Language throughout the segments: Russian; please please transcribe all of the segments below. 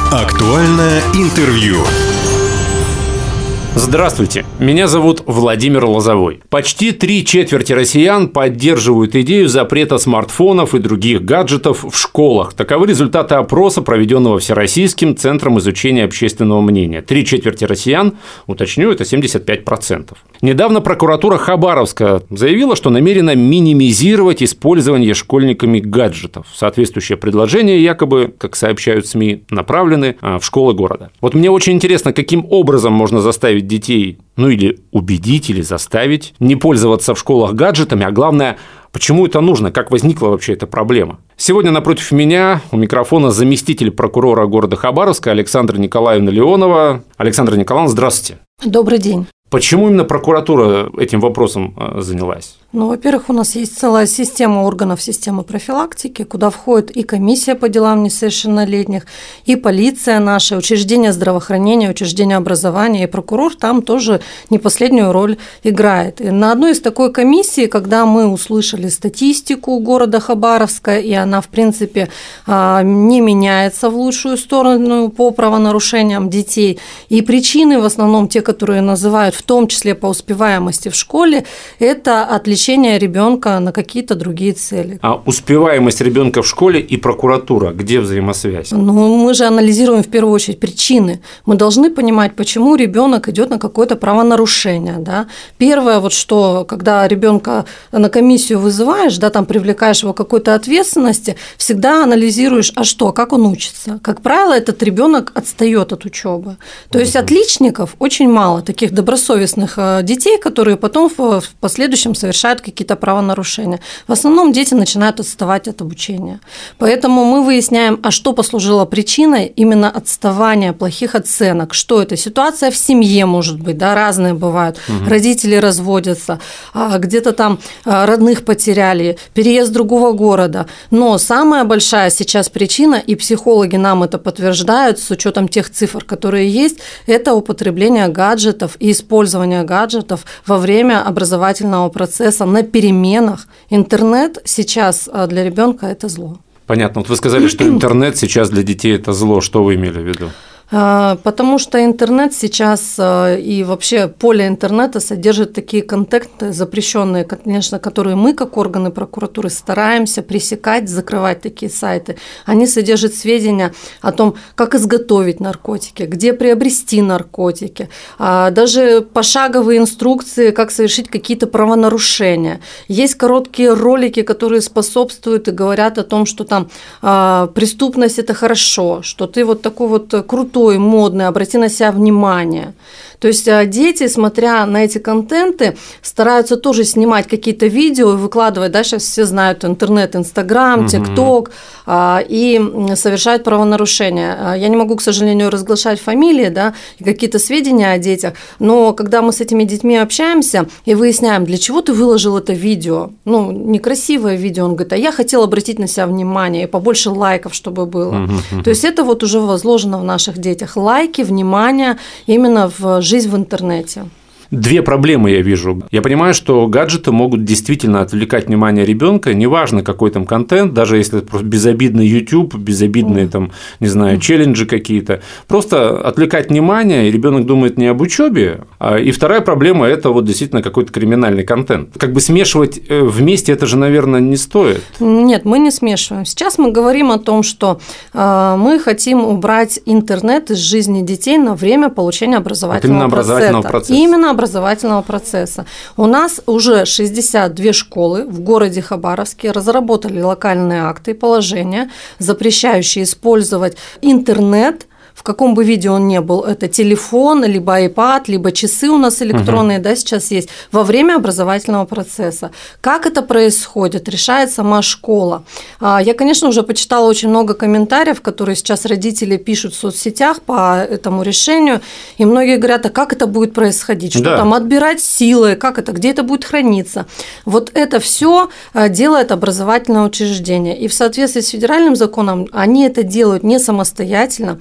Актуальное интервью. Здравствуйте, меня зовут Владимир Лозовой. Почти 3/4 россиян поддерживают идею запрета смартфонов и других гаджетов в школах. Таковы результаты опроса, проведенного Всероссийским центром изучения общественного мнения. 3/4 россиян, уточню, это 75%. Недавно прокуратура Хабаровска заявила, что намерена минимизировать использование школьниками гаджетов. Соответствующее предложение якобы, как сообщают СМИ, направлены в школы города. Вот мне очень интересно, каким образом можно заставить детей, или убедить, или заставить не пользоваться в школах гаджетами, а главное, почему это нужно, как возникла вообще эта проблема. Сегодня напротив меня у микрофона заместитель прокурора города Хабаровска Александра Николаевна Леонова. Александра Николаевна, здравствуйте. Добрый день. Почему именно прокуратура этим вопросом занялась? Во-первых, у нас есть целая система органов системы профилактики, куда входит и комиссия по делам несовершеннолетних, и полиция наша, учреждения здравоохранения, учреждения образования, и прокурор там тоже не последнюю роль играет. И на одной из такой комиссии, когда мы услышали статистику города Хабаровска, и она, в принципе, не меняется в лучшую сторону по правонарушениям детей, и причины в основном те, которые называют, в том числе по успеваемости в школе, это отвлечение ребенка на какие-то другие цели. А успеваемость ребенка в школе и прокуратура, где взаимосвязь? Мы же анализируем в первую очередь причины. Мы должны понимать, почему ребенок идет на какое-то правонарушение. Да? Первое, что когда ребенка на комиссию вызываешь, там привлекаешь его к какой-то ответственности, всегда анализируешь, как он учится. Как правило, этот ребенок отстает от учебы. То есть отличников очень мало, таких добросовестных детей, которые потом в последующем совершают какие-то правонарушения. В основном дети начинают отставать от обучения. Поэтому мы выясняем, что послужило причиной именно отставания, плохих оценок. Что это? Ситуация в семье может быть, разные бывают. Родители разводятся, где-то там родных потеряли, переезд другого города. Но самая большая сейчас причина, и психологи нам это подтверждают с учетом тех цифр, которые есть, это употребление гаджетов и использование гаджетов во время образовательного процесса на переменах. Интернет сейчас для ребенка это зло. Понятно. Вы сказали, что интернет сейчас для детей это зло. Что вы имели в виду? Потому что интернет сейчас и вообще поле интернета содержит такие контенты запрещенные, конечно, которые мы, как органы прокуратуры, стараемся пресекать, закрывать такие сайты. Они содержат сведения о том, как изготовить наркотики, где приобрести наркотики, даже пошаговые инструкции, как совершить какие-то правонарушения. Есть короткие ролики, которые способствуют и говорят о том, что там преступность – это хорошо, что ты такой крутой, модный, обрати на себя внимание. То есть дети, смотря на эти контенты, стараются тоже снимать какие-то видео и выкладывать, сейчас все знают интернет, Инстаграм, ТикТок, и совершают правонарушения. Я не могу, к сожалению, разглашать фамилии, и какие-то сведения о детях, но когда мы с этими детьми общаемся и выясняем, для чего ты выложил это видео, некрасивое видео, он говорит, я хотел обратить на себя внимание, и побольше лайков, чтобы было. То есть это уже возложено в наших детях. Лайки, внимание именно в жизнь в интернете. Две проблемы я вижу. Я понимаю, что гаджеты могут действительно отвлекать внимание ребенка, неважно, какой там контент, даже если это просто безобидный YouTube, безобидные челленджи какие-то. Просто отвлекать внимание, и ребенок думает не об учебе. И вторая проблема – это действительно какой-то криминальный контент. Смешивать вместе это же, наверное, не стоит. Нет, мы не смешиваем. Сейчас мы говорим о том, что мы хотим убрать интернет из жизни детей на время получения образовательного процесса. Именно образовательного процесса. У нас уже 62 школы в городе Хабаровске разработали локальные акты и положения, запрещающие использовать интернет в каком бы виде он ни был, это телефон, либо iPad, либо часы у нас электронные, да, сейчас есть, во время образовательного процесса. Как это происходит, решает сама школа. Я, конечно, уже почитала очень много комментариев, которые сейчас родители пишут в соцсетях по этому решению, и многие говорят, а как это будет происходить, что там отбирать силы, как это, где это будет храниться. Вот это все делает образовательное учреждение, и в соответствии с федеральным законом они это делают не самостоятельно. В каждом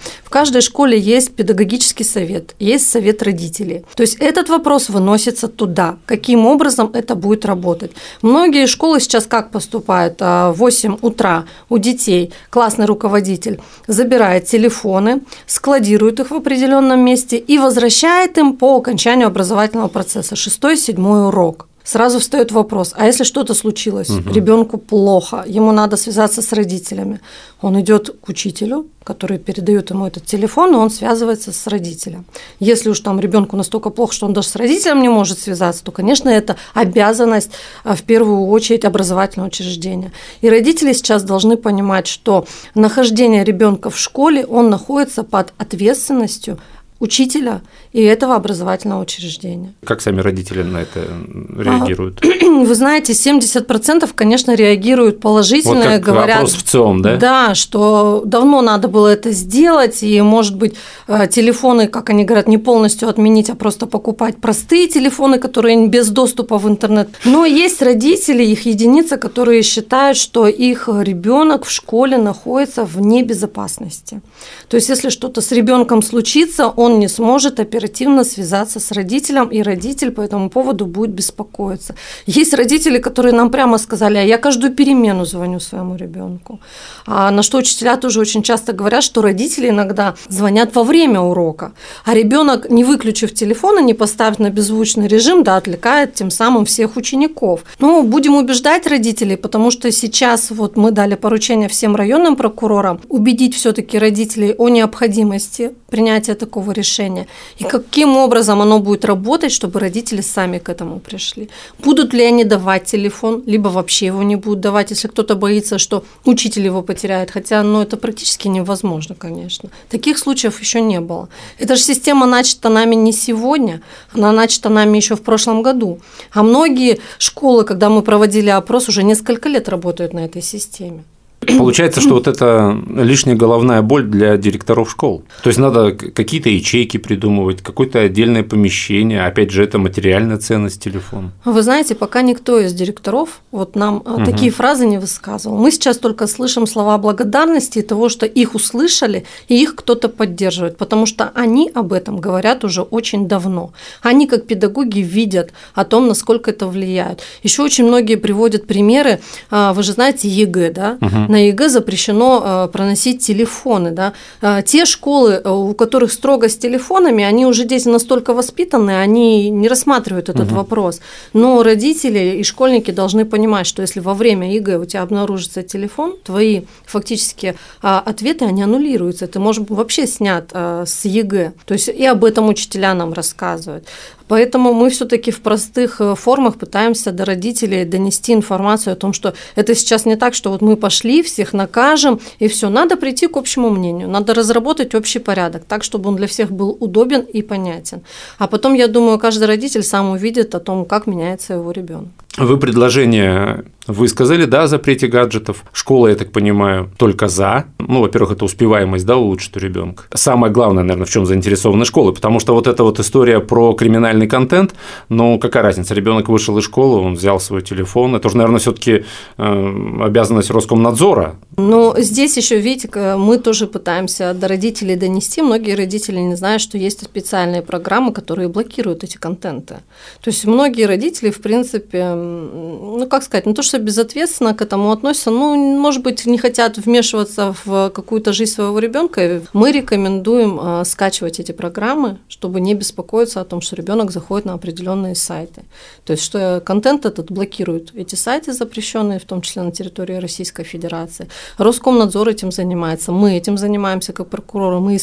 каждой школе есть педагогический совет, есть совет родителей. То есть этот вопрос выносится туда, каким образом это будет работать. Многие школы сейчас как поступают? В 8 утра у детей классный руководитель забирает телефоны, складирует их в определенном месте и возвращает им по окончанию образовательного процесса, 6-7 урок. Сразу встает вопрос, а если что-то случилось, ребенку плохо, ему надо связаться с родителями. Он идет к учителю, который передает ему этот телефон, и он связывается с родителем. Если уж там ребенку настолько плохо, что он даже с родителем не может связаться, то, конечно, это обязанность в первую очередь образовательного учреждения. И родители сейчас должны понимать, что нахождение ребенка в школе, он находится под ответственностью учителя и этого образовательного учреждения. Как сами родители на это реагируют? Вы знаете, 70%, конечно, реагируют положительно, вот как говорят, вопрос в ЦИОМ, да? Да, что давно надо было это сделать, и, может быть, телефоны, как они говорят, не полностью отменить, а просто покупать простые телефоны, которые без доступа в интернет. Но есть родители, их единицы, которые считают, что их ребенок в школе находится вне безопасности. То есть, если что-то с ребенком случится, он не сможет оперативно связаться с родителем, и родитель по этому поводу будет беспокоиться. Есть родители, которые нам прямо сказали, а я каждую перемену звоню своему ребенку. На что учителя тоже очень часто говорят, что родители иногда звонят во время урока, а ребенок, не выключив телефон и не поставив на беззвучный режим, да, отвлекает тем самым всех учеников. Ну, будем убеждать родителей, потому что сейчас вот мы дали поручение всем районным прокурорам убедить все-таки родителей о необходимости принятия такого решения и каким образом оно будет работать, чтобы родители сами к этому пришли. Будут ли они давать телефон, либо вообще его не будут давать, если кто-то боится, что учитель его потеряет, хотя это практически невозможно, конечно. Таких случаев еще не было. Эта же система начата нами не сегодня, она начата нами еще в прошлом году. А многие школы, когда мы проводили опрос, уже несколько лет работают на этой системе. Получается, что вот это лишняя головная боль для директоров школ. То есть надо какие-то ячейки придумывать, какое-то отдельное помещение, опять же, это материальная ценность телефона. Вы знаете, пока никто из директоров вот нам такие фразы не высказывал. Мы сейчас только слышим слова благодарности и того, что их услышали, и их кто-то поддерживает, потому что они об этом говорят уже очень давно. Они, как педагоги, видят о том, насколько это влияет. Еще очень многие приводят примеры, вы же знаете, ЕГЭ, да? На ЕГЭ запрещено проносить телефоны. Да? Те школы, у которых строго с телефонами, они уже дети настолько воспитаны, они не рассматривают этот вопрос. Но родители и школьники должны понимать, что если во время ЕГЭ у тебя обнаружится телефон, твои фактически ответы, они аннулируются. Ты можешь вообще снят с ЕГЭ. То есть и об этом учителя нам рассказывают. Поэтому мы все-таки в простых формах пытаемся до родителей донести информацию о том, что это сейчас не так, что вот мы пошли, всех накажем, и все. Надо прийти к общему мнению, надо разработать общий порядок, так, чтобы он для всех был удобен и понятен. А потом, я думаю, каждый родитель сам увидит о том, как меняется его ребенок. Вы предложение высказали, да, о запрете гаджетов. Школа, я так понимаю, только за. Во-первых, это успеваемость, да, улучшит у ребенка. Самое главное, наверное, в чем заинтересованы школы, потому что вот эта вот история про криминальный контент, какая разница, ребенок вышел из школы, он взял свой телефон, это уже, наверное, все-таки обязанность Роскомнадзора. Но здесь еще, видите, мы тоже пытаемся до родителей донести. Многие родители не знают, что есть специальные программы, которые блокируют эти контенты. То есть многие родители, в принципе, не то, что безответственно к этому относятся, может быть, не хотят вмешиваться в какую-то жизнь своего ребенка. Мы рекомендуем скачивать эти программы, чтобы не беспокоиться о том, что ребенок заходит на определенные сайты. То есть, что контент этот блокирует эти сайты запрещенные, в том числе на территории Российской Федерации. Роскомнадзор этим занимается, мы этим занимаемся как прокуроры, мы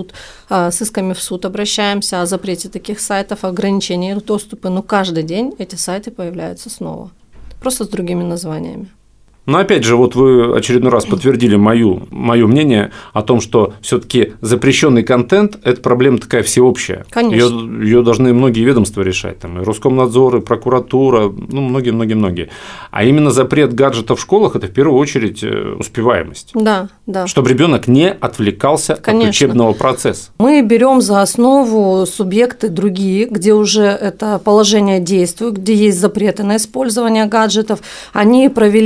с исками в суд обращаемся о запрете таких сайтов, ограничении их доступа, но каждый день эти сайты появляются снова, просто с другими названиями. Но опять же, вот вы очередной раз подтвердили мое мнение о том, что все-таки запрещенный контент – это проблема такая всеобщая. Конечно. Ее должны многие ведомства решать, там, и Роскомнадзор, и прокуратура, многие. А именно запрет гаджетов в школах – это в первую очередь успеваемость. Да. Чтобы ребенок не отвлекался Конечно. от учебного процесса. Мы берем за основу субъекты другие, где уже это положение действует, где есть запреты на использование гаджетов. Они провели определенные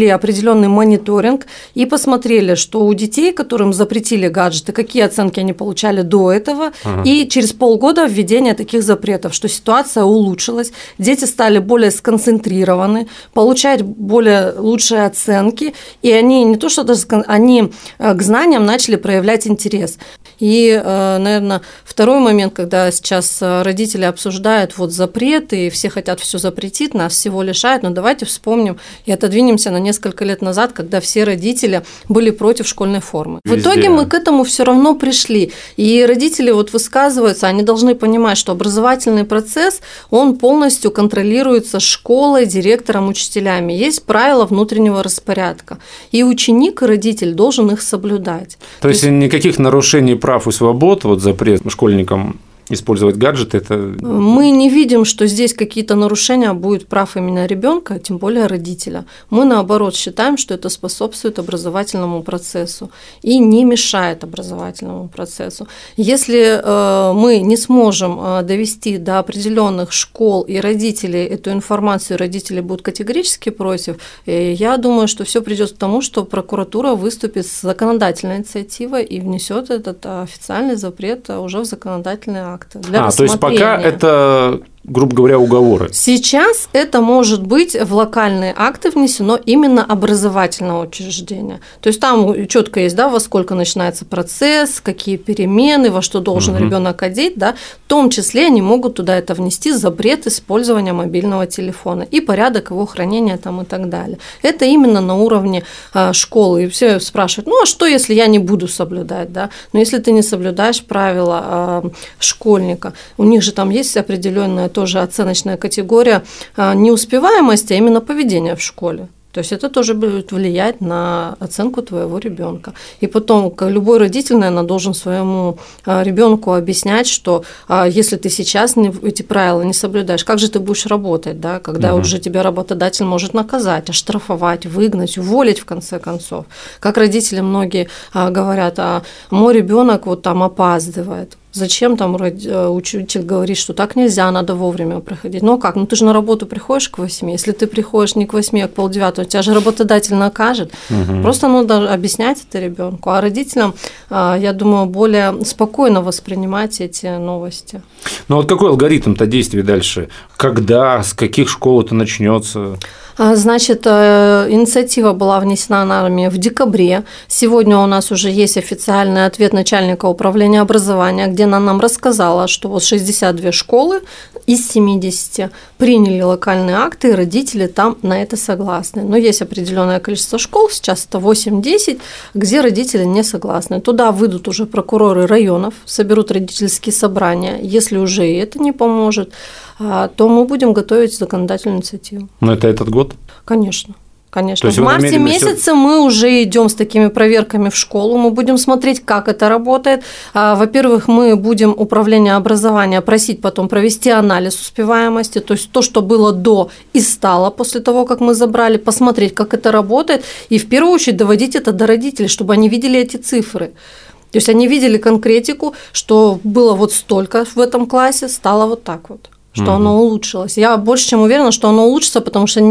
определенный мониторинг и посмотрели, что у детей, которым запретили гаджеты, какие оценки они получали до этого, и через полгода введения таких запретов, что ситуация улучшилась, дети стали более сконцентрированы, получать более лучшие оценки, и они не то что даже они к знаниям начали проявлять интерес. И, наверное, второй момент, когда сейчас родители обсуждают вот запреты, и все хотят все запретить, нас всего лишают, но давайте вспомним и отодвинемся на несколько лет назад, когда все родители были против школьной формы. Везде. В итоге мы к этому все равно пришли. И родители вот высказываются, они должны понимать, что образовательный процесс, он полностью контролируется школой, директором, учителями. Есть правила внутреннего распорядка. И ученик, и родитель должен их соблюдать. То есть никаких нарушений прав и свобод, вот запрет школьникам использовать гаджеты, это… Мы не видим, что здесь какие-то нарушения будут прав именно ребенка, тем более родителя. Мы, наоборот, считаем, что это способствует образовательному процессу и не мешает образовательному процессу. Если мы не сможем довести до определенных школ и родителей эту информацию, родители будут категорически против, я думаю, что все придет к тому, что прокуратура выступит с законодательной инициативой и внесет этот официальный запрет уже в законодательный акт. То есть пока это, грубо говоря, уговоры. Сейчас это может быть в локальные акты внесено именно образовательного учреждения. То есть там четко есть, да, во сколько начинается процесс, какие перемены, во что должен ребенок одеть, да, в том числе они могут туда это внести запрет использования мобильного телефона и порядок его хранения там и так далее. Это именно на уровне школы. И все спрашивают, ну а что, если я не буду соблюдать, да? Но если ты не соблюдаешь правила школьника, у них же там есть определенная тоже оценочная категория неуспеваемости, а именно поведения в школе. То есть это тоже будет влиять на оценку твоего ребенка. И потом любой родитель, наверное, должен своему ребенку объяснять, что если ты сейчас эти правила не соблюдаешь, как же ты будешь работать, да, когда уже тебя работодатель может наказать, оштрафовать, выгнать, уволить в конце концов. Как родители многие говорят, мой ребенок вот там опаздывает. Зачем там учитель говорит, что так нельзя, надо вовремя приходить? Ну как? Ну ты же на работу приходишь к 8, если ты приходишь не к 8, а к 8:30, тебя же работодатель накажет. Просто надо объяснять это ребенку. А родителям, я думаю, более спокойно воспринимать эти новости. Ну вот какой алгоритм-то действий дальше? Когда, с каких школ это начнется? Значит, инициатива была внесена нами в декабре. Сегодня у нас уже есть официальный ответ начальника управления образования, где она нам рассказала, что вот 62 школы из 70 приняли локальные акты, и родители там на это согласны. Но есть определенное количество школ, сейчас это 8-10, где родители не согласны. Туда выйдут уже прокуроры районов, соберут родительские собрания. Если уже и это не поможет, то мы будем готовить законодательную инициативу. Но это этот год? Конечно. Конечно. В марте месяце мы уже идем с такими проверками в школу, мы будем смотреть, как это работает. Во-первых, мы будем управление образования просить потом провести анализ успеваемости, то есть то, что было до и стало после того, как мы забрали, посмотреть, как это работает, и в первую очередь доводить это до родителей, чтобы они видели эти цифры. То есть они видели конкретику, что было вот столько в этом классе, стало вот так вот. Что оно улучшилось. Я больше чем уверена, что оно улучшится, потому что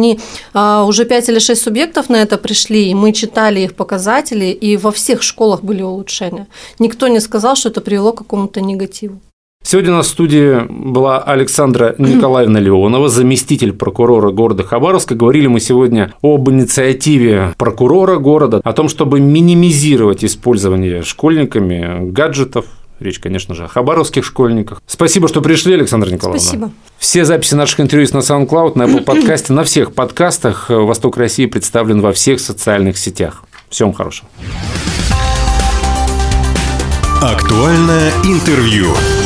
уже 5 или 6 субъектов на это пришли, и мы читали их показатели, и во всех школах были улучшения. Никто не сказал, что это привело к какому-то негативу. Сегодня у нас в студии была Александра Николаевна Леонова, заместитель прокурора города Хабаровска. Говорили мы сегодня об инициативе прокурора города, о том, чтобы минимизировать использование школьниками гаджетов. Речь, конечно же, о хабаровских школьниках. Спасибо, что пришли, Александра Николаевна. Спасибо. Все записи наших интервью есть на SoundCloud, на Apple подкасте, на всех подкастах. «Восток России» представлен во всех социальных сетях. Всем хорошего. Актуальное интервью.